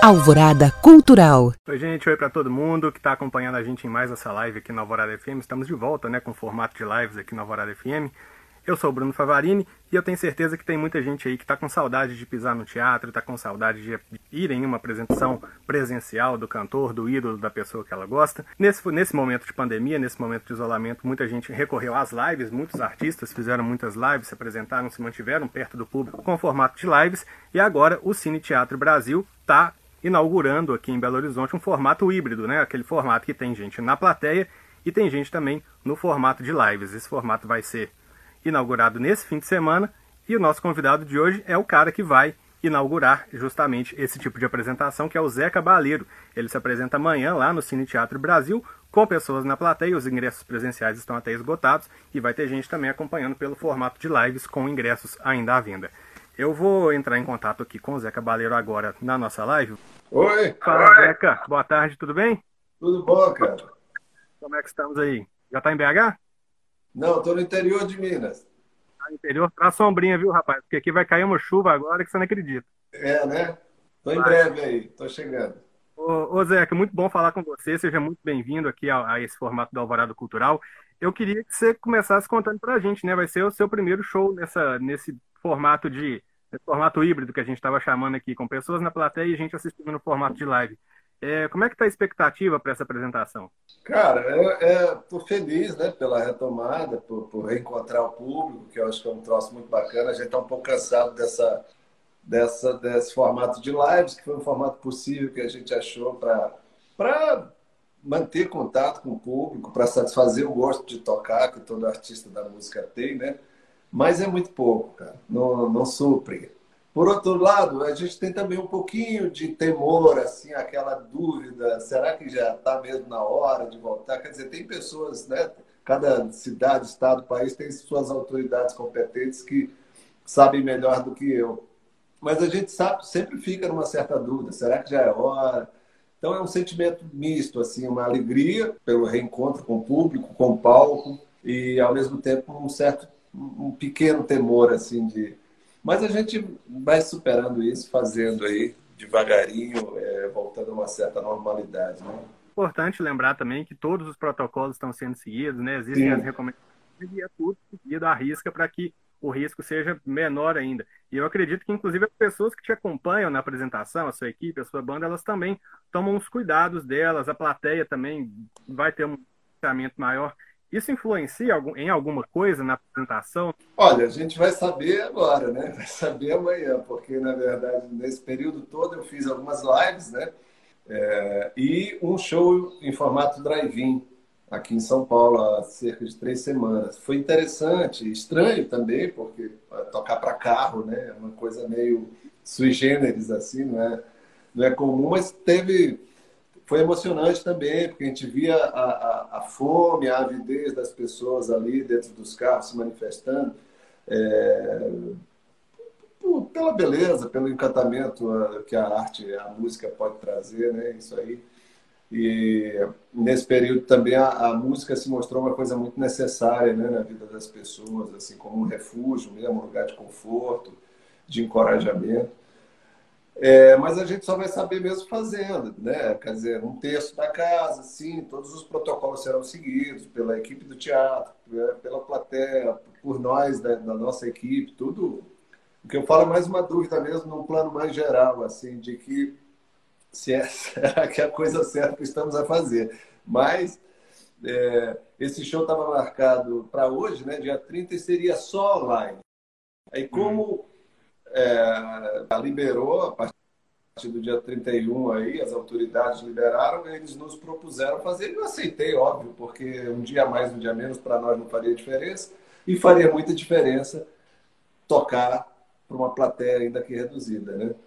Alvorada Cultural. Oi, gente, oi para todo mundo que está acompanhando a gente em mais essa live aqui na Alvorada FM. Estamos de volta, né, com o formato de lives aqui na Alvorada FM. Eu sou o Bruno Favarini e eu tenho certeza que tem muita gente aí que está com saudade de pisar no teatro, está com saudade de ir em uma apresentação presencial do cantor, do ídolo, da pessoa que ela gosta. Nesse momento de pandemia, nesse momento de isolamento, muita gente recorreu às lives, muitos artistas fizeram muitas lives, se apresentaram, se mantiveram perto do público com o formato de lives. E agora o Cine Teatro Brasil está inaugurando aqui em Belo Horizonte um formato híbrido, né? Aquele formato que tem gente na plateia e tem gente também no formato de lives. Esse formato vai ser inaugurado nesse fim de semana e o nosso convidado de hoje é o cara que vai inaugurar justamente esse tipo de apresentação, que é o Zé Cabaleiro. Ele se apresenta amanhã lá no Cine Teatro Brasil com pessoas na plateia, os ingressos presenciais estão até esgotados e vai ter gente também acompanhando pelo formato de lives com ingressos ainda à venda. Eu vou entrar em contato aqui com o Zé Cabaleiro agora na nossa live. Oi! Fala, Zeca. Boa tarde, tudo bem? Tudo bom, cara? Como é que estamos aí? Já tá em BH? Não, tô no interior de Minas. Tá no interior? Tá sombrinha, viu, rapaz? Porque aqui vai cair uma chuva agora que você não acredita. É, né? Tô em breve aí, tô chegando. Ô Zeca, muito bom falar com você. Seja muito bem-vindo aqui a esse formato do Alvorada Cultural. Eu queria que você começasse contando pra gente, né? Vai ser o seu primeiro show nesse formato formato híbrido que a gente estava chamando aqui, com pessoas na plateia e gente assistindo no formato de live. Como é que está a expectativa para essa apresentação? Cara, tô feliz, né, pela retomada, por reencontrar o público, que eu acho que é um troço muito bacana. A gente tá um pouco cansado desse formato de lives, que foi um formato possível que a gente achou para manter contato com o público, para satisfazer o gosto de tocar, que todo artista da música tem, né? Mas é muito pouco, cara. Não supre. Por outro lado, a gente tem também um pouquinho de temor, assim, aquela dúvida, será que já está mesmo na hora de voltar? Quer dizer, tem pessoas, né? Cada cidade, estado, país tem suas autoridades competentes que sabem melhor do que eu. Mas a gente sabe, sempre fica numa certa dúvida, será que já é hora? Então é um sentimento misto, assim, uma alegria pelo reencontro com o público, com o palco, e ao mesmo tempo um pequeno temor, assim, mas a gente vai superando isso, fazendo aí devagarinho, voltando a uma certa normalidade, né? Importante lembrar também que todos os protocolos estão sendo seguidos, né? Existem as recomendações e é tudo seguido à risca para que o risco seja menor ainda. E eu acredito que, inclusive, as pessoas que te acompanham na apresentação, a sua equipe, a sua banda, elas também tomam os cuidados delas, a plateia também vai ter um tratamento maior. Isso influencia em alguma coisa na apresentação? Olha, a gente vai saber agora, né? Vai saber amanhã, porque, na verdade, nesse período todo eu fiz algumas lives, né? E um show em formato drive-in aqui em São Paulo há cerca de 3 semanas. Foi interessante, estranho também, porque tocar para carro, né? É uma coisa meio sui generis, assim, não é comum, mas foi emocionante também, porque a gente via a fome, a avidez das pessoas ali dentro dos carros se manifestando, pela beleza, pelo encantamento que a arte, a música pode trazer, né? Isso aí. E nesse período também a música se mostrou uma coisa muito necessária, né, na vida das pessoas, assim, como um refúgio mesmo, um lugar de conforto, de encorajamento. Mas a gente só vai saber mesmo fazendo, né? Quer dizer, um terço da casa, sim, todos os protocolos serão seguidos pela equipe do teatro, pela plateia, por nós, da nossa equipe, tudo. O que eu falo é mais uma dúvida mesmo, num plano mais geral, assim, de que será que é a coisa certa que estamos a fazer. Mas esse show estava marcado para hoje, né, dia 30, e seria só online. Aí como liberou, a partir do dia 31 aí, as autoridades liberaram, eles nos propuseram fazer, e eu aceitei, óbvio, porque um dia mais, um dia menos, para nós não faria diferença, e faria muita diferença tocar para uma plateia ainda que reduzida, né?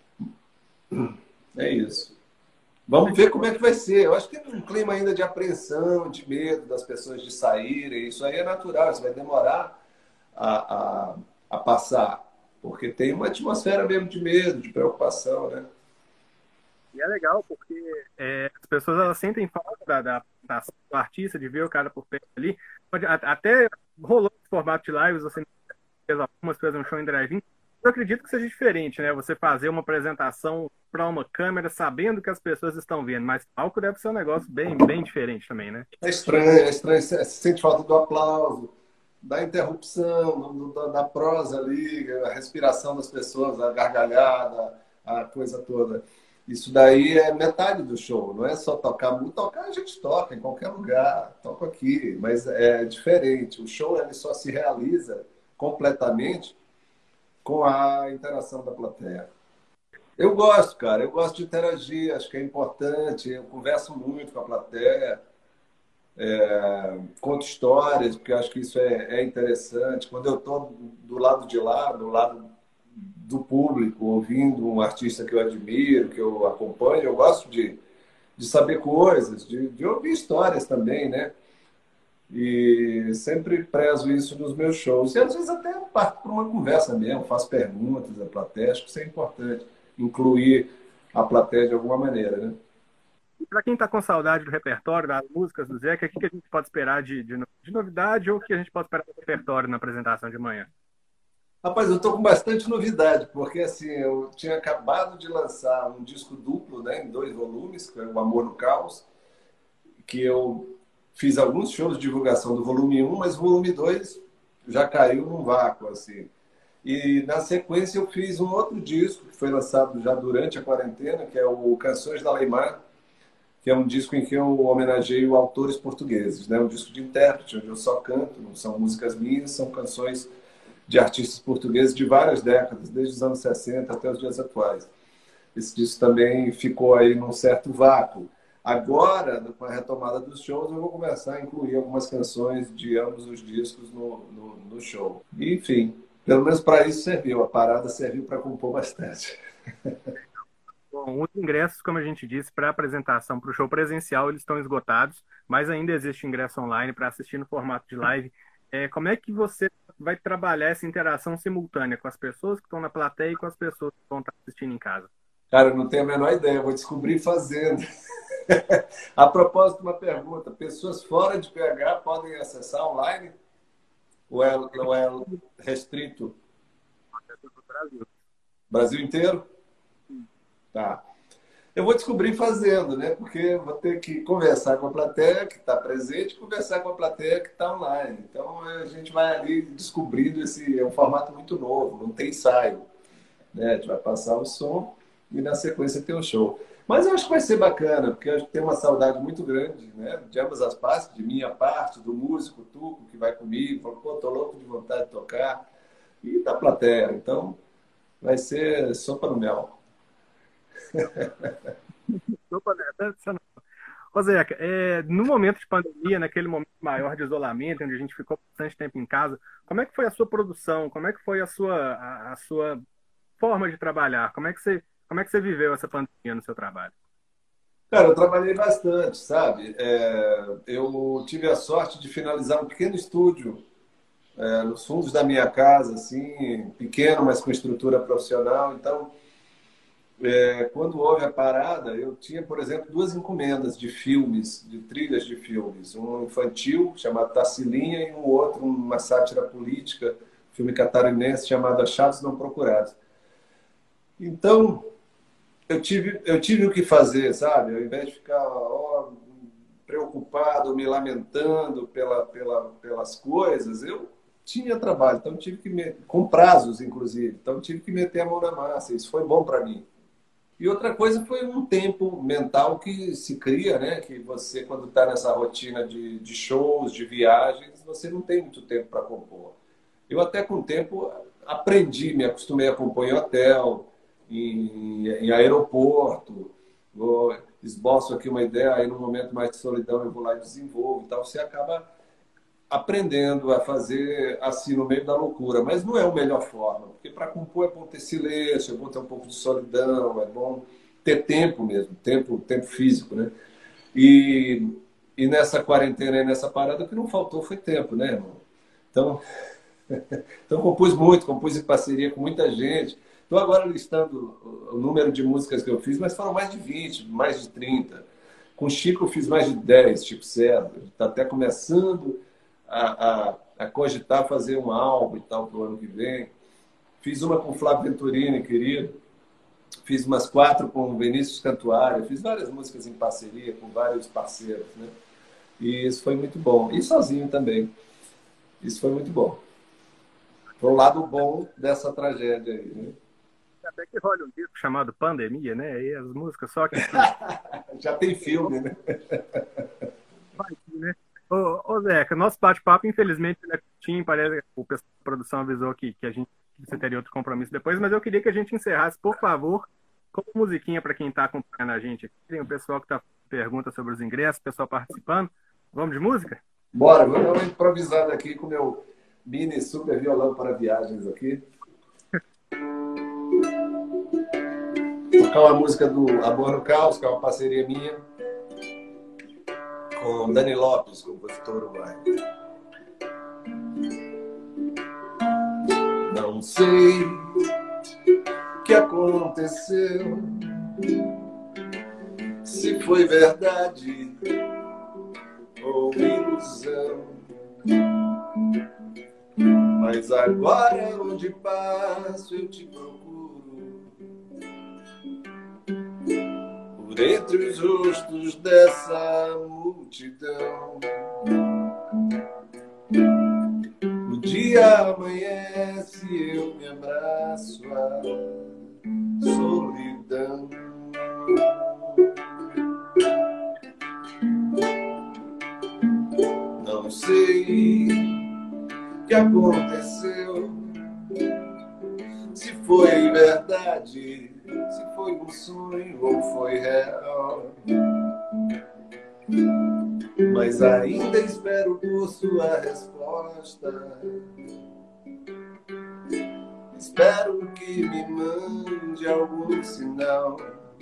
É isso. Vamos ver como é que vai ser. Eu acho que tem um clima ainda de apreensão, de medo das pessoas de saírem. Isso aí é natural, isso vai demorar a passar, porque tem uma atmosfera mesmo de medo, de preocupação, né? E é legal porque as pessoas elas sentem falta do artista, de ver o cara por perto ali. Até rolou esse formato de lives, você fez um show em drive-in. Eu acredito que seja diferente, né? Você fazer uma apresentação para uma câmera sabendo que as pessoas estão vendo, mas palco deve ser um negócio bem diferente também, né? É estranho, você sente falta do aplauso, da interrupção, da prosa ali, a respiração das pessoas, a gargalhada, a coisa toda. Isso daí é metade do show, não é só tocar. Tocar a gente toca em qualquer lugar, toca aqui, mas é diferente. O show ele só se realiza completamente com a interação da plateia. Eu gosto, cara, eu gosto de interagir, acho que é importante. Eu converso muito com a plateia, conto histórias, porque acho que isso é interessante. Quando eu estou do lado de lá, do lado do público, ouvindo um artista que eu admiro, que eu acompanho, eu gosto de saber coisas, de ouvir histórias também, né? E sempre prezo isso nos meus shows. E às vezes até parto para uma conversa mesmo, faço perguntas à plateia, acho que isso é importante, incluir a plateia de alguma maneira, né? E para quem está com saudade do repertório, das músicas do Zeca, o que a gente pode esperar de novidade ou o que a gente pode esperar do repertório na apresentação de amanhã? Rapaz, eu estou com bastante novidade, porque assim, eu tinha acabado de lançar um disco duplo, né, em 2 volumes, que é o Amor no Caos, que eu fiz alguns shows de divulgação do volume 1, mas o volume 2 já caiu num vácuo, assim. E na sequência eu fiz um outro disco, que foi lançado já durante a quarentena, que é o Canções da Leimar, que é um disco em que eu homenageio autores portugueses, né? Um disco de intérprete, onde eu só canto, não são músicas minhas, são canções de artistas portugueses de várias décadas, desde os anos 60 até os dias atuais. Esse disco também ficou aí num certo vácuo. Agora, com a retomada dos shows, eu vou começar a incluir algumas canções de ambos os discos no show. E, enfim, pelo menos para isso serviu. A parada serviu para compor bastante. Bom, os ingressos, como a gente disse, para apresentação para o show presencial, eles estão esgotados, mas ainda existe ingresso online para assistir no formato de live. Como é que você vai trabalhar essa interação simultânea com as pessoas que estão na plateia e com as pessoas que vão estar assistindo em casa? Cara, eu não tenho a menor ideia, eu vou descobrir fazendo. A propósito, uma pergunta: pessoas fora de PH podem acessar online? Ou é restrito? Brasil inteiro? Tá. Eu vou descobrir fazendo, né? Porque eu vou ter que conversar com a plateia que está presente e conversar com a plateia que está online. Então a gente vai ali descobrindo esse. É um formato muito novo, não tem ensaio, né? A gente vai passar o som e na sequência tem o show. Mas eu acho que vai ser bacana, porque eu acho que tem uma saudade muito grande, né? De ambas as partes, de minha parte, do músico Tuco, que vai comigo, fala, pô, tô louco de vontade de tocar, e da plateia. Então vai ser sopa no mel. Opa, né? Ô, Zeca, no momento de pandemia, naquele momento maior de isolamento, onde a gente ficou bastante tempo em casa, como é que foi a sua produção? Como é que foi a sua forma de trabalhar? Como é que você viveu essa pandemia no seu trabalho? Cara, eu trabalhei bastante, sabe? Eu tive a sorte de finalizar um pequeno estúdio nos fundos da minha casa, assim, pequeno, mas com estrutura profissional. Então, quando houve a parada, eu tinha, por exemplo, 2 encomendas de filmes, de trilhas de filmes. Um infantil, chamado Tassilinha, e um outro, uma sátira política, filme catarinense, chamado Achados Não Procurados. Então, eu tive o que fazer, sabe? Ao invés de ficar preocupado, me lamentando pelas coisas, eu tinha trabalho, então tive que com prazos, inclusive, então tive que meter a mão na massa. Isso foi bom para mim. E outra coisa foi um tempo mental que se cria, né? Que você, quando está nessa rotina de shows, de viagens, você não tem muito tempo para compor. Eu até com o tempo aprendi, me acostumei a compor em hotel, em aeroporto. Esboço aqui uma ideia, aí no momento mais de solidão eu vou lá e desenvolvo. Então você acaba aprendendo a fazer assim no meio da loucura, mas não é a melhor forma, porque para compor é bom ter silêncio, é bom ter um pouco de solidão, é bom ter tempo mesmo, tempo físico, né? E, e nessa quarentena e nessa parada o que não faltou foi tempo, né, irmão? Então, então compus muito, compus em parceria com muita gente. Estou agora listando o número de músicas que eu fiz, mas foram mais de 20, mais de 30. Com o Chico eu fiz mais de 10, Chico César. Está até começando a cogitar fazer um álbum e tal para o ano que vem. Fiz uma com Flávio Venturini, querido. Fiz umas 4 com o Vinícius Cantuária. Fiz várias músicas em parceria com vários parceiros, né? E isso foi muito bom. E sozinho também. Isso foi muito bom. Foi o lado bom dessa tragédia aí, né? Até que rola um disco chamado Pandemia, né? E as músicas só que... Já tem filme, né? Vai, né? Ô Zeca, nosso bate-papo, infelizmente, ele é curtinho, parece que o pessoal da produção avisou que você teria outro compromisso depois, mas eu queria que a gente encerrasse, por favor, com uma musiquinha para quem está acompanhando a gente aqui. Tem o pessoal que está pergunta sobre os ingressos, o pessoal participando. Vamos de música? Bora, vou dar uma improvisada aqui com o meu mini super violão para viagens aqui. Tocar uma música do Amor no Caos, que é uma parceria minha, com Dani Lopes, compositor uruguaio. Não sei o que aconteceu, se foi verdade ou ilusão, mas agora onde passo eu te procuro, por entre os rostos dessa multidão. O dia amanhece e eu me abraço à solidão. Não sei o que aconteceu, se foi verdade, se foi um sonho ou foi real, mas ainda espero por sua resposta. Espero que me mande algum sinal.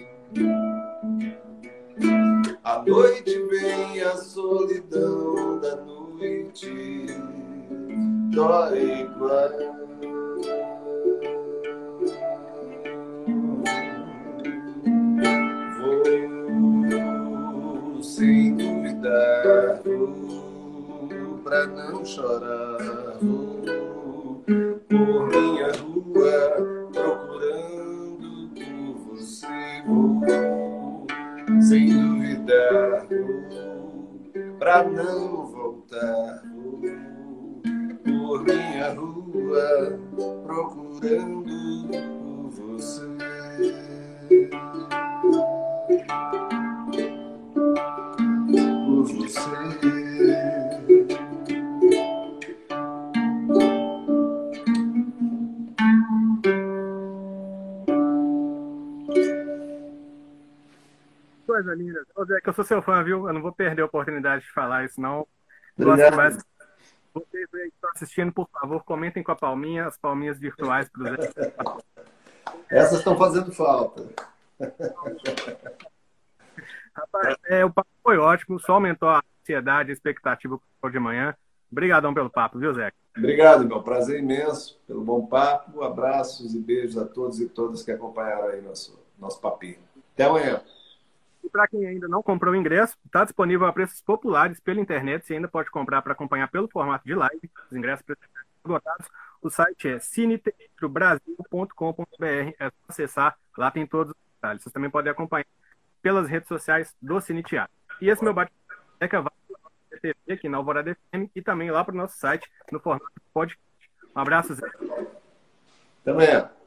À noite vem a solidão da noite, dói igual. Vou sem duvidar, vou pra não chorar, vou por minha rua procurando por você, vou sem duvidar, vou pra não voltar, vou por minha rua procurando por você. Por você. Coisa linda. Ô Zeca, eu sou seu fã, viu? Eu não vou perder a oportunidade de falar isso, não. Obrigado. Gosto mais. Vocês aí que estão assistindo, por favor, comentem com a palminha, as palminhas virtuais para o Zeca. Essas estão fazendo falta. Rapaz, o papo foi ótimo, só aumentou a ansiedade, a expectativa de manhã. Obrigadão pelo papo, viu, Zeca? Obrigado, meu. Prazer imenso pelo bom papo. Abraços e beijos a todos e todas que acompanharam aí nosso papinho. Até amanhã. E para quem ainda não comprou o ingresso, está disponível a preços populares pela internet. Você ainda pode comprar para acompanhar pelo formato de live. Os ingressos esgotados. O site é cineteatrobrasil.com.br. É só acessar, lá tem todos os detalhes. Vocês também podem acompanhar pelas redes sociais do Cine Teatro. E esse meu bate-papo vai para TV aqui na Alvorada FM e também lá para o nosso site no formato podcast. Um abraço, Zé. Até amanhã.